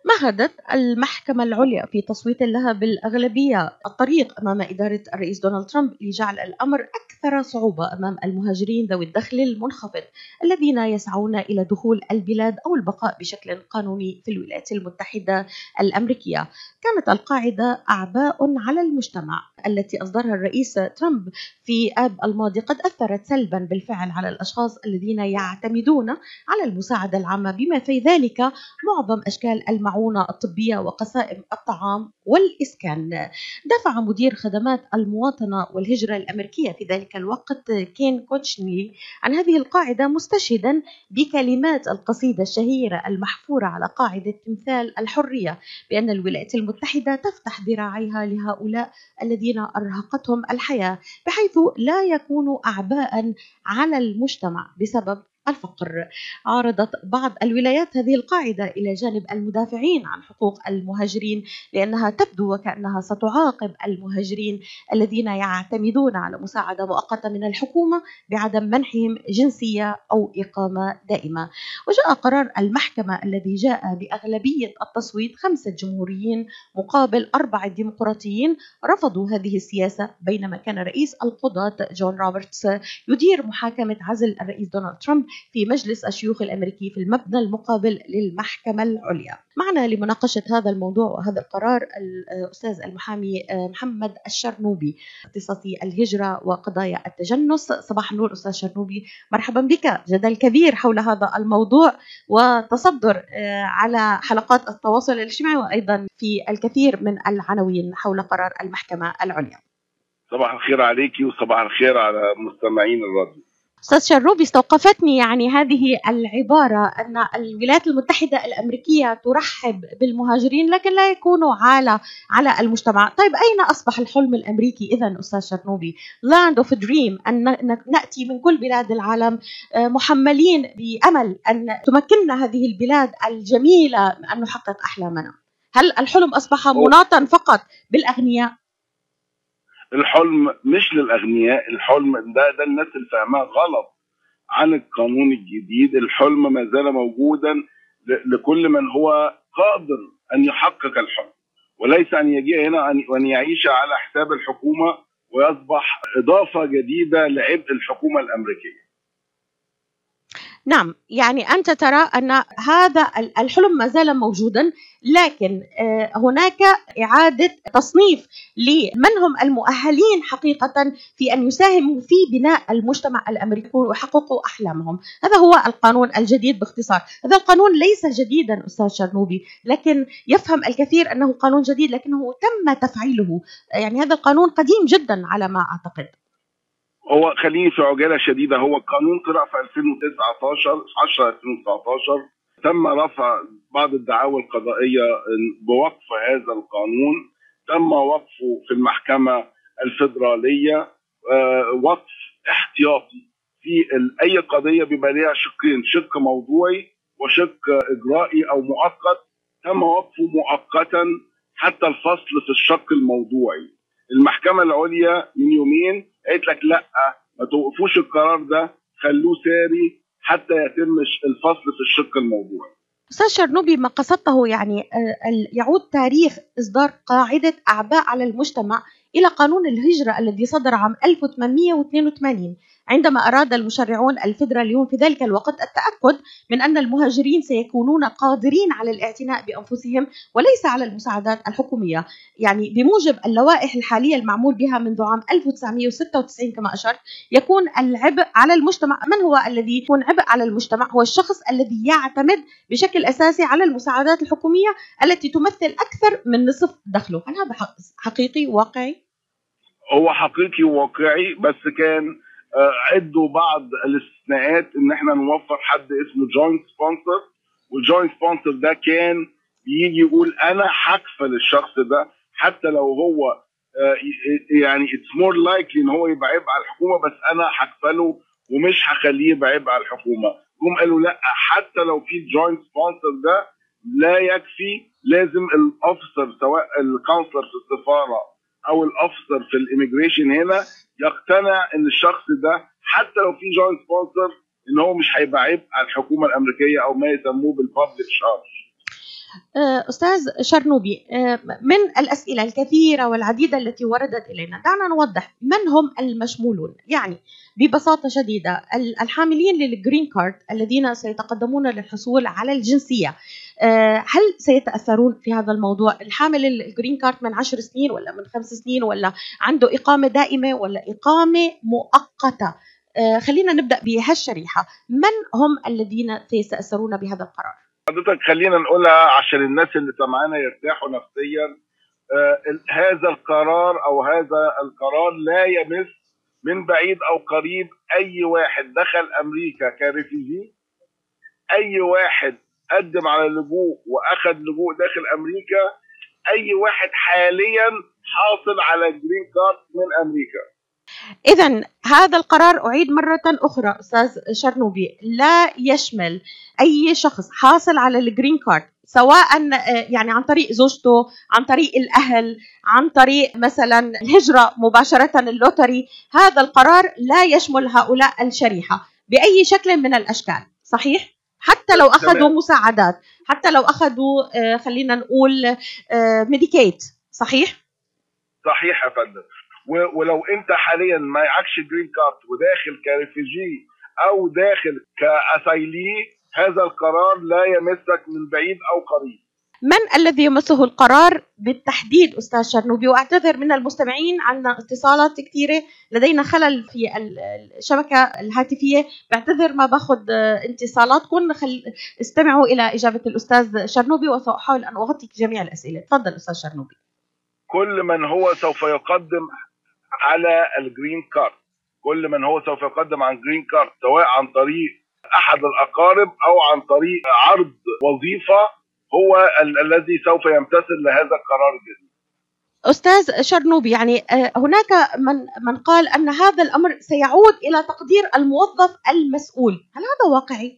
مهدت المحكمة العليا في تصويت لها بالأغلبية الطريق أمام إدارة الرئيس دونالد ترامب لجعل الأمر أكثر صعوبة أمام المهاجرين ذوي الدخل المنخفض الذين يسعون إلى دخول البلاد أو البقاء بشكل قانوني في الولايات المتحدة الأمريكية. كانت القاعدة أعباء على المجتمع التي أصدرها الرئيس ترامب في آب الماضي قد أثرت سلبا بالفعل على الأشخاص الذين يعتمدون على المساعدة العامة بما في ذلك معظم أشكال المعونة الطبية وقسائم الطعام والإسكان. دافع مدير خدمات المواطنة والهجرة الأمريكية في ذلك الوقت كين كوتشني عن هذه القاعدة مستشهدا بكلمات القصيدة الشهيرة المحفورة على قاعدة تمثال الحرية بأن الولايات المتحدة تفتح ذراعيها لهؤلاء الذين أرهقتهم الحياة بحيث لا يكونوا أعباء على المجتمع بسبب الفقر. عارضت بعض الولايات هذه القاعدة إلى جانب المدافعين عن حقوق المهاجرين لأنها تبدو وكأنها ستعاقب المهاجرين الذين يعتمدون على مساعدة مؤقتة من الحكومة بعدم منحهم جنسية أو إقامة دائمة. وجاء قرار المحكمة الذي جاء بأغلبية التصويت 5 جمهوريين مقابل 4 ديمقراطيين رفضوا هذه السياسة، بينما كان رئيس القضاة جون روبرتس يدير محاكمة عزل الرئيس دونالد ترامب في مجلس الشيوخ الأمريكي في المبنى المقابل للمحكمة العليا. معنا لمناقشة هذا الموضوع وهذا القرار الأستاذ المحامي محمد الشرنوبي اختصاصي الهجرة وقضايا التجنس. صباح النور أستاذ شرنوبي، مرحبا بك. جدل كبير حول هذا الموضوع وتصدر على حلقات التواصل الاجتماعي وأيضا في الكثير من العناوين حول قرار المحكمة العليا. صباح الخير عليكي وصباح الخير على مستمعين الراديو. أستاذ شرنوبي، استوقفتني هذه العبارة أن الولايات المتحدة الأمريكية ترحب بالمهاجرين لكن لا يكونوا على المجتمع. طيب أين أصبح الحلم الأمريكي إذن أستاذ شرنوبي؟ Land of a dream، أن نأتي من كل بلاد العالم محملين بأمل أن تمكننا هذه البلاد الجميلة أن نحقق أحلامنا. هل الحلم أصبح مناطا فقط بالأغنياء؟ الحلم مش للأغنياء، الحلم ده الناس اللي فاهمها غلط عن القانون الجديد. الحلم ما زال موجودا لكل من هو قادر أن يحقق الحلم، وليس أن يجي هنا وأن يعيش على حساب الحكومة ويصبح إضافة جديدة لعبء الحكومة الأمريكية. نعم، أنت ترى أن هذا الحلم ما زال موجودا، لكن هناك إعادة تصنيف لمن هم المؤهلين حقيقة في أن يساهموا في بناء المجتمع الأمريكي ويحققوا أحلامهم. هذا هو القانون الجديد باختصار. هذا القانون ليس جديدا أستاذ شرنوبي، لكن يفهم الكثير أنه قانون جديد لكنه تم تفعيله. هذا القانون قديم جدا على ما أعتقد. هو خليني في عجالة شديدة، هو القانون طلع في 2019 10/2019 تم رفع بعض الدعاوى القضائية بوقف هذا القانون. تم وقفه في المحكمة الفيدرالية وقف احتياطي. في أي قضية بيبقى ليها شقين، شق موضوعي وشق إجرائي أو مؤقت. تم وقفه مؤقتا حتى الفصل في الشق الموضوعي. المحكمة العليا من يومين قالت لك لا، ما توقفوش القرار ده، خلوه ساري حتى يتم الفصل في الشق الموضوعي. أستاذ شرنوبي، ما قصدته يعود تاريخ إصدار قاعدة أعباء على المجتمع إلى قانون الهجرة الذي صدر عام 1882 عندما أراد المشرعون الفيدراليون في ذلك الوقت التأكد من أن المهاجرين سيكونون قادرين على الاعتناء بأنفسهم وليس على المساعدات الحكومية. بموجب اللوائح الحالية المعمول بها منذ عام 1996 كما أشرت، يكون العبء على المجتمع. من هو الذي يكون عبء على المجتمع؟ هو الشخص الذي يعتمد بشكل أساسي على المساعدات الحكومية التي تمثل أكثر من نصف دخله. هل هذا حقيقي واقعي؟ هو حقيقي وواقعي، بس كان عدوا بعض الاستثناءات ان احنا نوفر حد اسمه جوينت سبونسر، والجوينت سبونسر ده كان بيجي يقول انا هكفل الشخص ده حتى لو هو اتس مور لايكلي ان هو يبقى عبء على الحكومه، بس انا هكفله ومش هخليه يبقى عبء على الحكومه. هم قالوا لا، حتى لو في جوينت سبونسر ده لا يكفي، لازم الاوفيسر سواء الكونسلر في السفاره او الاوفيسر في الاميجريشن هنا يقتنع ان الشخص ده حتى لو في جوينت سبونسر ان هو مش هيبقى عبء على الحكومه الامريكيه او ما يسموه بالبابليك شارج. أستاذ شرنوبي، من الأسئلة الكثيرة والعديدة التي وردت إلينا، دعنا نوضح من هم المشمولون. يعني ببساطة شديدة الحاملين للجرين كارد الذين سيتقدمون للحصول على الجنسية، هل سيتأثرون في هذا الموضوع؟ الحامل الجرين كارد من 10 سنين ولا من 5 سنين، ولا عنده إقامة دائمة ولا إقامة مؤقتة؟ خلينا نبدأ بهالشريحة، من هم الذين سيتأثرون بهذا القرار؟ حضرتك خلينا نقولها عشان الناس اللي سمعانا يرتاحوا نفسيا. هذا القرار لا يمس من بعيد او قريب اي واحد دخل امريكا كريفيجي، اي واحد قدم على اللجوء واخذ لجوء داخل امريكا، اي واحد حاليا حاصل على جرين كارد من امريكا. إذن هذا القرار، أعيد مرة أخرى أستاذ شرنوبي، لا يشمل أي شخص حاصل على الجرين كارد، سواء يعني عن طريق زوجته، عن طريق الأهل، عن طريق مثلا الهجرة مباشرة، اللوتري. هذا القرار لا يشمل هؤلاء الشريحة بأي شكل من الأشكال، صحيح؟ حتى لو أخذوا مساعدات، حتى لو أخذوا خلينا نقول ميديكيت، صحيح؟ صحيح يا فندم. ولو انت حاليا ما معكش جرين كارد وداخل كريفيجي او داخل كاسايلي، هذا القرار لا يمسك من بعيد او قريب. من الذي يمسه القرار بالتحديد أستاذ شرنوبي؟ وأعتذر من المستمعين، عنا اتصالات كثيرة، لدينا خلل في الشبكة الهاتفية، بعتذر ما باخذ اتصالاتكم. استمعوا إلى إجابة الأستاذ شرنوبي وسأحاول أن أغطي جميع الأسئلة. تفضل أستاذ شرنوبي. كل من هو سوف يقدم على الجرين كارد، كل من هو سوف يقدم عن جرين كارد، سواء عن طريق احد الاقارب او عن طريق عرض وظيفة، هو الذي سوف يمتثل لهذا القرار الجديد. أستاذ شرنوبي، يعني هناك من قال أن هذا الأمر سيعود إلى تقدير الموظف المسؤول، هل هذا واقعي؟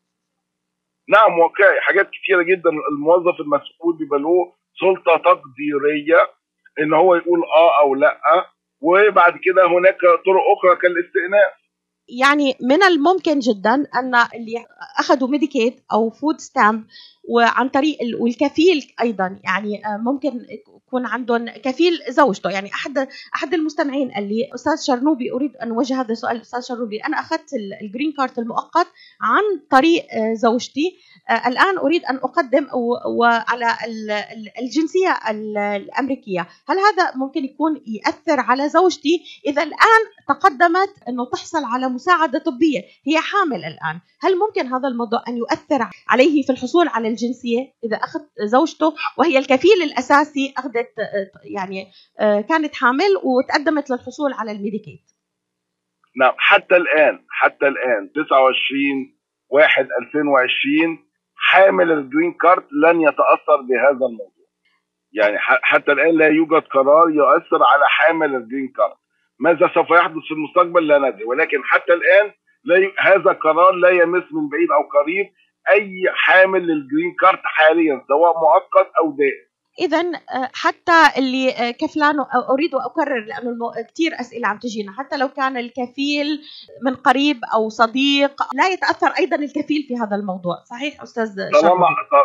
نعم واقعي. حاجات كثيرة جدا الموظف المسؤول بيبقى له سلطة تقديرية ان هو يقول او لا، وبعد كده هناك طرق اخرى كالاستئناف. يعني من الممكن جدا ان اللي اخذوا ميديكيت او فود ستامب وعن طريق والكفيل ايضا، يعني ممكن يكون عندهم كفيل زوجته. يعني احد المستمعين قال لي: استاذ شرنوبي، اريد ان اوجه هذا السؤال. استاذ شرنوبي، انا اخذت الجرين كارد المؤقت عن طريق زوجتي، الان اريد ان اقدم وعلى الجنسيه الامريكيه، هل هذا ممكن يكون ياثر على زوجتي اذا الان تقدمت انه تحصل على مساعده طبيه، هي حامل الان؟ هل ممكن هذا الموضوع ان يؤثر عليه في الحصول على الجنسيه اذا اخذ زوجته وهي الكفيل الاساسي، اخذت يعني كانت حامل وتقدمت للحصول على الميديكيت؟ نعم، حتى الان 29/1/2020 حامل الجرين كارد لن يتاثر بهذا الموضوع. يعني حتى الان لا يوجد قرار يؤثر على حامل الجرين كارد. ماذا سوف يحدث في المستقبل لا ندري، ولكن حتى الان هذا القرار لا يمس من بعيد او قريب اي حامل للجرين كارد حاليا، سواء مؤقت او دائم. إذن حتى اللي كفلان، أريد أكرر لأنه كتير أسئلة عم تجينا، حتى لو كان الكفيل من قريب أو صديق لا يتأثر أيضا الكفيل في هذا الموضوع، صحيح أستاذ شرنوبي؟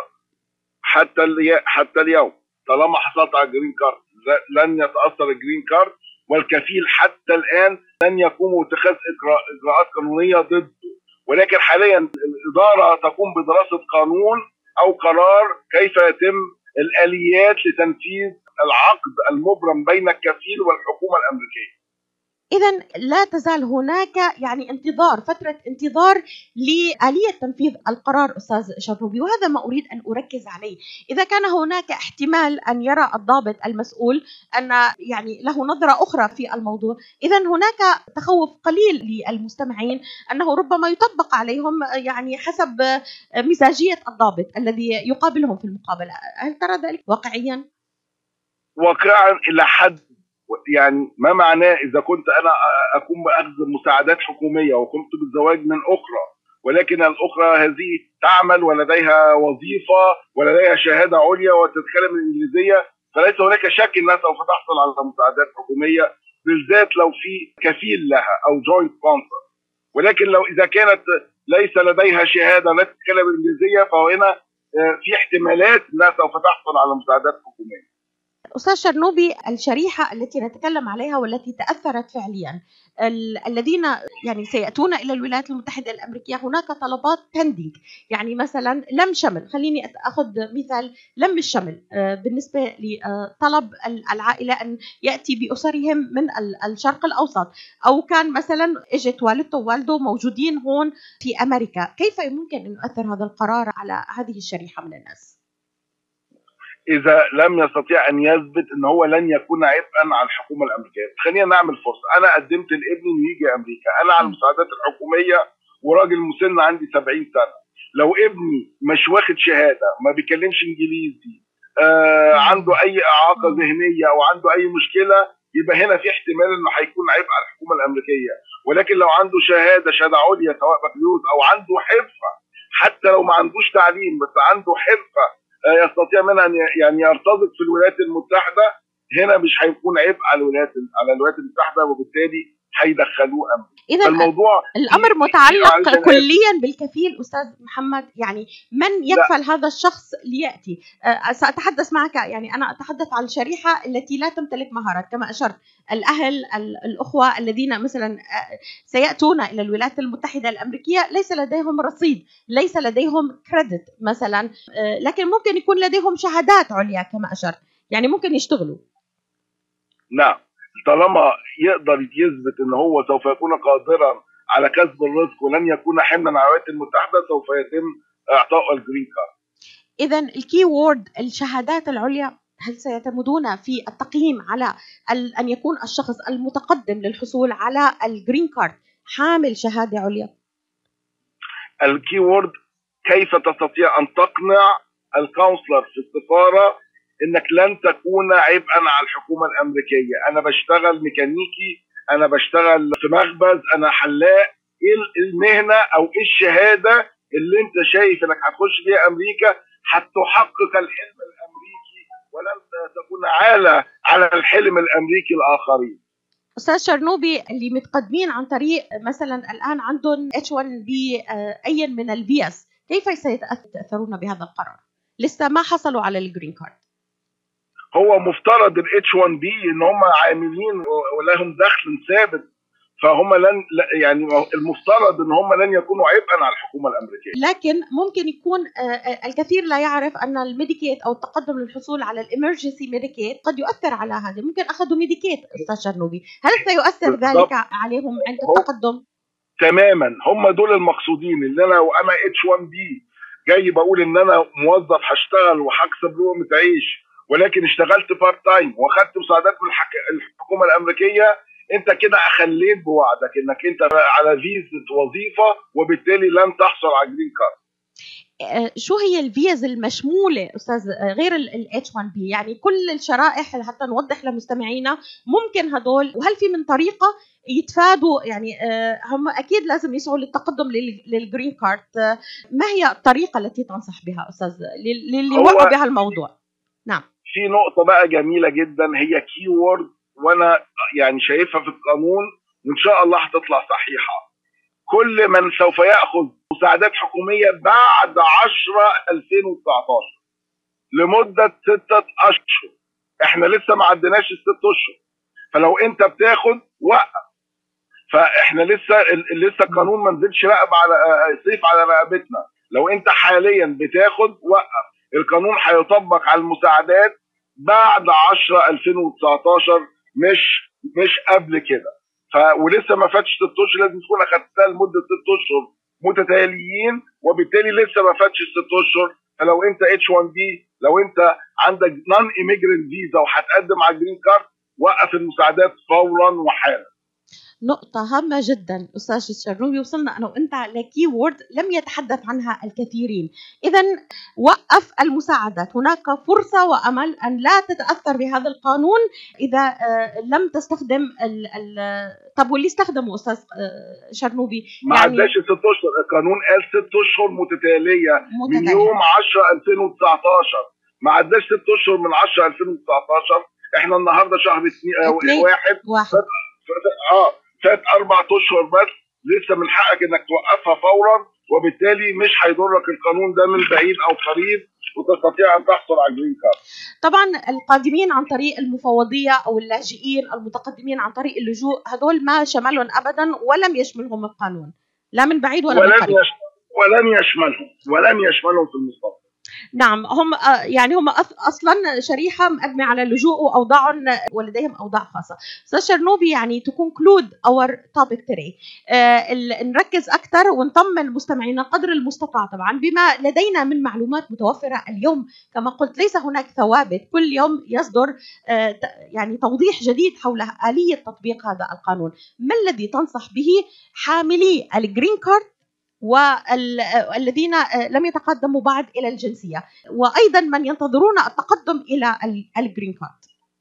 حتى اليوم طالما حصلت على الجرين كارد لن يتأثر الجرين كارد، والكفيل حتى الآن لن يقوم باتخاذ إجراءات قانونية ضده. ولكن حاليا الإدارة تقوم بدراسة قانون أو قرار كيف يتم الآليات لتنفيذ العقد المبرم بين الكفيل والحكومة الأمريكية. إذن لا تزال هناك يعني فترة انتظار لآلية تنفيذ القرار أستاذ شرنوبي، وهذا ما أريد أن أركز عليه. إذا كان هناك احتمال أن يرى الضابط المسؤول أن يعني له نظرة أخرى في الموضوع، إذن هناك تخوف قليل للمستمعين أنه ربما يطبق عليهم يعني حسب مزاجية الضابط الذي يقابلهم في المقابلة. هل ترى ذلك واقعيا؟ واقعا إلى حد، يعني ما معناه إذا كنت أنا أقوم بأخذ مساعدات حكومية وقمت بالزواج من أخرى، ولكن الأخرى هذه تعمل ولديها وظيفة ولديها شهادة عليا وتتكلم الإنجليزية، فليس هناك شك أنها سوف تحصل على مساعدات حكومية، بالذات لو في كفيل لها أو جوينت سبونسر. ولكن لو إذا كانت ليس لديها شهادة لا تتكلم الإنجليزية، فهنا في احتمالات انها سوف تحصل على مساعدات حكوميه. أستاذ شرنوبي، الشريحة التي نتكلم عليها والتي تأثرت فعليا، الذين يعني سيأتون إلى الولايات المتحدة الأمريكية، هناك طلبات pending، يعني مثلا لم شمل، خليني أخذ مثال لم الشمل بالنسبة لطلب العائلة أن يأتي بأسرهم من الشرق الأوسط، أو كان مثلا إجت والدته ووالده موجودين هون في أمريكا. كيف يمكن أن يؤثر هذا القرار على هذه الشريحة من الناس؟ اذا لم يستطيع ان يثبت ان هو لن يكون عبئا على الحكومه الامريكيه. خلينا نعمل فرصه، انا قدمت لابني انه يجي امريكا، انا على المساعدات الحكوميه وراجل مسن عندي 70 سنه. لو ابني مش واخد شهاده، ما بيكلمش انجليزي، عنده اي اعاقه ذهنيه او عنده اي مشكله، يبقى هنا في احتمال انه هيكون عبء على الحكومه الامريكيه. ولكن لو عنده شهاده عليا سواء بكالوريوس او عنده حرفه، حتى لو ما عندوش تعليم بس عنده حرفه يستطيع منها ان يعني يرتبط في الولايات المتحده، هنا مش هيكون عبء على الولايات المتحده، وبالتالي هيدخلوه امريكا. إذا الموضوع الامر متعلق كليا بالكفيل استاذ محمد، يعني من يكفل هذا الشخص لياتي؟ ساتحدث معك، يعني انا اتحدث عن الشريحه التي لا تمتلك مهارات كما اشرت، الاهل، الاخوه الذين مثلا سياتون الى الولايات المتحده الامريكيه ليس لديهم رصيد، ليس لديهم كريدت مثلا، لكن ممكن يكون لديهم شهادات عليا كما اشرت، يعني ممكن يشتغلوا. نعم، طالما يقدر يثبت ان هو سوف يكون قادرا على كسب الرزق ولن يكون حملا على الولايات المتحده، سوف يتم اعطائه الجرين كارد. اذا الكي وورد الشهادات العليا، هل سيعتمدون في التقييم على ان يكون الشخص المتقدم للحصول على الجرين كارد حامل شهاده عليا؟ الكي وورد، كيف تستطيع ان تقنع الكونسلر في السفاره انك لن تكون عبئا على الحكومه الامريكيه؟ انا بشتغل ميكانيكي، انا بشتغل في مخبز، انا حلاق، ايه المهنه او ايه الشهاده اللي انت شايف انك هتخش بيها امريكا هتحقق الحلم الامريكي ولن تكون عالة على الحلم الامريكي الاخرين؟ استاذ شرنوبي، اللي متقدمين عن طريق مثلا الان عندهم H1B اي من الفيز، كيف سيتاثرون بهذا القرار؟ لسه ما حصلوا على الجرين كارد. هو مفترض ال H1B ان هم عاملين ولهم دخل ثابت، فهم لن يعني المفترض ان هم لن يكونوا عبئا على الحكومه الامريكيه. لكن ممكن يكون الكثير لا يعرف ان الميديكيت او التقدم للحصول على الامرجنسي ميديكيت قد يؤثر على هذا. ممكن اخذوا ميديكيت استاذ شرنوبي، هل سيؤثر ذلك عليهم عند التقدم؟ تماما، هم دول المقصودين. اللي انا H1B جاي بقول ان انا موظف هشتغل وهكسب لقمه عيش، ولكن اشتغلت بارت تايم واخدت مساعدات من الحكومه الامريكيه، انت كده اخليت بوعدك انك انت على فيزا وظيفه، وبالتالي لن تحصل على جرين كارد. شو هي الفيز المشموله استاذ غير ال H1B؟ يعني كل الشرائح حتى نوضح لمستمعينا، ممكن هدول، وهل في من طريقه يتفادوا؟ يعني هم اكيد لازم يسعوا للتقدم للجرين كارد. ما هي الطريقه التي تنصح بها استاذ للي وقع بها الموضوع؟ نعم، في نقطه بقى جميله جدا هي كي وورد، وانا يعني شايفها في القانون وان شاء الله هتطلع صحيحه. كل من سوف ياخذ مساعدات حكوميه بعد 10/2019 لمده 6 اشهر، احنا لسه ما عدناش ال6 اشهر، فلو انت بتاخد وقف، فاحنا لسه القانون ما نزلش رقب على سيف على رقبتنا. لو انت حاليا بتاخد وقف، القانون هيطبق على المساعدات بعد 10/2019 مش قبل كده. ولسه ما فاتش 6 اشهر، لازم تكون اخدتها لمده 6 اشهر متتاليين، وبالتالي لسه ما فاتش 6 اشهر. فلو انت H1B، لو انت عندك نون ايميجرنت فيزا وهتقدم على الجرين كارد، وقف المساعدات فورا وحالا. نقطة هامة جدا أستاذ الشرنوبي، وصلنا أنا وأنت لكي وورد لم يتحدث عنها الكثيرين. إذا وقف المساعدات، هناك فرصة وأمل أن لا تتأثر بهذا القانون إذا لم تستخدم طب واللي استخدموا أستاذ شرنوبي ما يعني عداش 6 اشهر، القانون قال 6 اشهر متتالية من يوم 10/2019، ما عداش 6 اشهر من 10/2019. احنا النهارده شهر 1 فات 4 اشهر بس، لسه من حقك انك توقفها فورا وبالتالي مش هيضرك القانون ده من بعيد او قريب، وتستطيع ان تحصل على الجرين كارد. طبعا القادمين عن طريق المفوضية أو اللاجئين المتقدمين عن طريق اللجوء هذول ما شملهم أبدا ولم يشملهم القانون، لا من بعيد ولا من قريب. ولن يشملهم في المستقبل. نعم، هم يعني هم اصلا شريحه مقدمه على اللجوء واوضاعهم ولديهم اوضاع خاصه. استاذ شرنوبي، يعني to conclude our topic today، نركز اكثر ونطمن مستمعينا قدر المستطاع طبعا بما لدينا من معلومات متوفره اليوم. كما قلت ليس هناك ثوابت، كل يوم يصدر يعني توضيح جديد حول آلية تطبيق هذا القانون. ما الذي تنصح به حاملي الجرين كارد والذين لم يتقدموا بعد إلى الجنسية، وأيضا من ينتظرون التقدم إلى الجرين كارد؟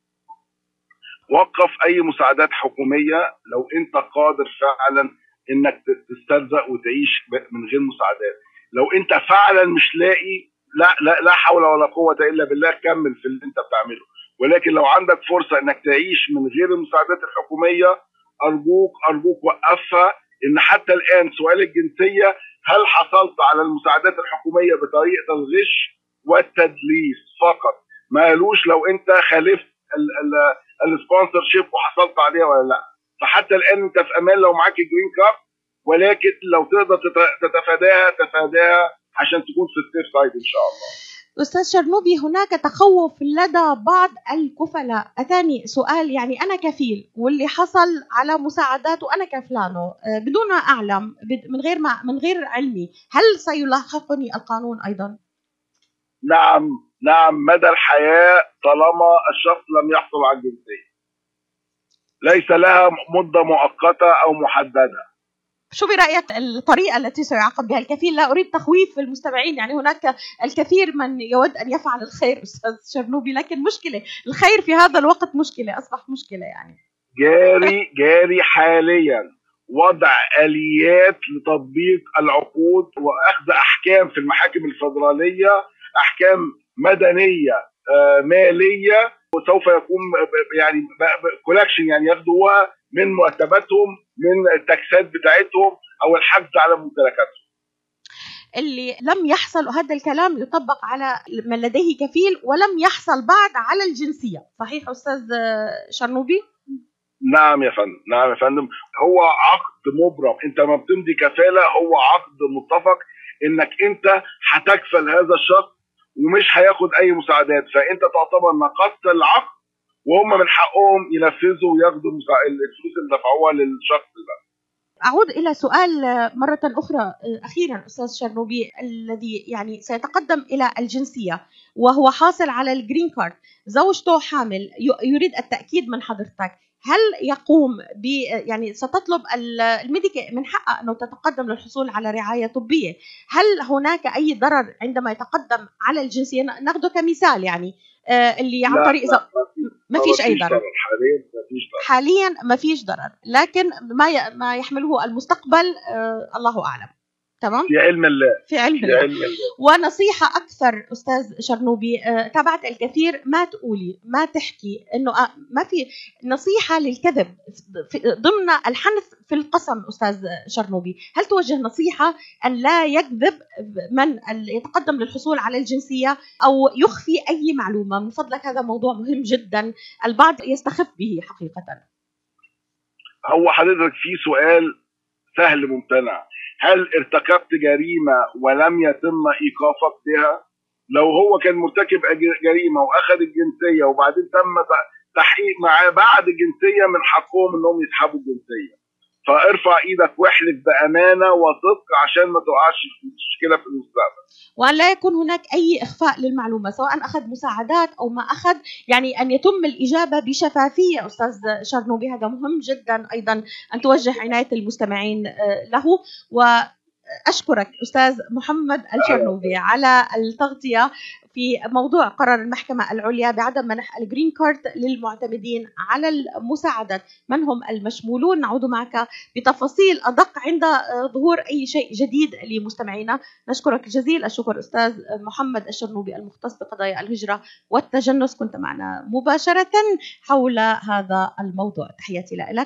وقف أي مساعدات حكومية لو أنت قادر فعلا إنك تسترزق وتعيش من غير مساعدات. لو أنت فعلا مش لاقي، لا حول ولا قوة إلا بالله، كمل في اللي أنت بتعمله. ولكن لو عندك فرصة إنك تعيش من غير المساعدات الحكومية، أرجوك وقفها. إن حتى الآن سؤال الجنسية، هل حصلت على المساعدات الحكومية بطريقة الغش والتدليس فقط؟ ما قالوش لو أنت خالفت السبونسر شيب وحصلت عليها ولا لا. فحتى الآن أنت في أمان لو معاك الجرين كارد، ولكن لو تقدر تفاداها عشان تكون في السيف سايد إن شاء الله. أستاذ شرنوبي، هناك تخوف لدى بعض الكفلاء. أتاني سؤال، يعني أنا كفيل واللي حصل على مساعدات وأنا كفلانه بدون ما أعلم، من غير علمي، هل سيلاحقني القانون أيضا؟ نعم، مدى الحياة طالما الشخص لم يحصل على الجنسية. ليس لها مدة مؤقتة أو محددة. شو برأيك الطريقة التي سيعاقب بها الكفيل؟ لا أريد تخويف المستمعين، يعني هناك الكثير من يود أن يفعل الخير أستاذ شرنوبي، لكن مشكلة الخير في هذا الوقت أصبح مشكلة. يعني جاري حاليا وضع آليات لتطبيق العقود وأخذ أحكام في المحاكم الفيدرالية، أحكام مدنية مالية، وسوف يكون يعني كولكشن، يعني ياخدوها من مرتباتهم، من التاكسات بتاعتهم، او الحجز على ممتلكاتهم. اللي لم يحصل، هذا الكلام يطبق على من لديه كفيل ولم يحصل بعد على الجنسية، صحيح أستاذ شرنوبي؟ نعم يا فندم، هو عقد مبرم. انت ما بتمضي كفالة، هو عقد متفق انك انت هتكفل هذا الشخص ومش هياخد اي مساعدات، فانت تعتبر نقضت العقد، وهم من حقهم ينفذوا وياخدوا الفلوس اللي دفعوها للشخص ده. أعود إلى سؤال مرة أخرى أخيرا أستاذ شرنوبي، الذي يعني سيتقدم إلى الجنسية وهو حاصل على الجرين كارد، زوجته حامل، يريد التأكيد من حضرتك، هل يقوم يعني ستطلب الميديكا من حقها أنه تتقدم للحصول على رعاية طبية؟ هل هناك أي ضرر عندما يتقدم على الجنسية؟ ناخذه كمثال، يعني اللي عن طريق ما فيش أي ضرر حاليا، ما فيش ضرر، لكن ما يحمله المستقبل الله أعلم. تمام، في علم الله. ونصيحة أكثر أستاذ شرنوبي، تابعت الكثير، ما تقولي ما تحكي إنه ما في نصيحة للكذب ضمن الحنث في القسم. أستاذ شرنوبي، هل توجه نصيحة أن لا يكذب من يتقدم للحصول على الجنسية أو يخفي أي معلومة؟ من فضلك، هذا موضوع مهم جدا، البعض يستخف به حقيقة. هو حضرتك في سؤال سهل ممتنع: هل ارتكبت جريمة ولم يتم إيقافك بها؟ لو هو كان مرتكب جريمة وأخذ الجنسية وبعدين تم تحقيق معاه بعد الجنسية، من حقهم أنهم يسحبوا الجنسية. فارفع ايدك واحلف بامانه وصدق عشان ما تقعش في مشكله في المستقبل، وان لا يكون هناك اي اخفاء للمعلومه سواء اخذ مساعدات او ما اخذ، يعني ان يتم الاجابه بشفافيه. استاذ شرنوبي، هذا مهم جدا ايضا ان توجه عنايه المستمعين له. واشكرك استاذ محمد الشرنوبي على التغطيه في موضوع قرار المحكمة العليا بعدم منح الجرين كارد للمعتمدين على المساعدات، من هم المشمولون. نعود معك بتفاصيل أدق عند ظهور أي شيء جديد لمستمعينا. نشكرك جزيل الشكر أستاذ محمد الشرنوبي المختص بقضايا الهجرة والتجنس، كنت معنا مباشرة حول هذا الموضوع. تحياتي لك.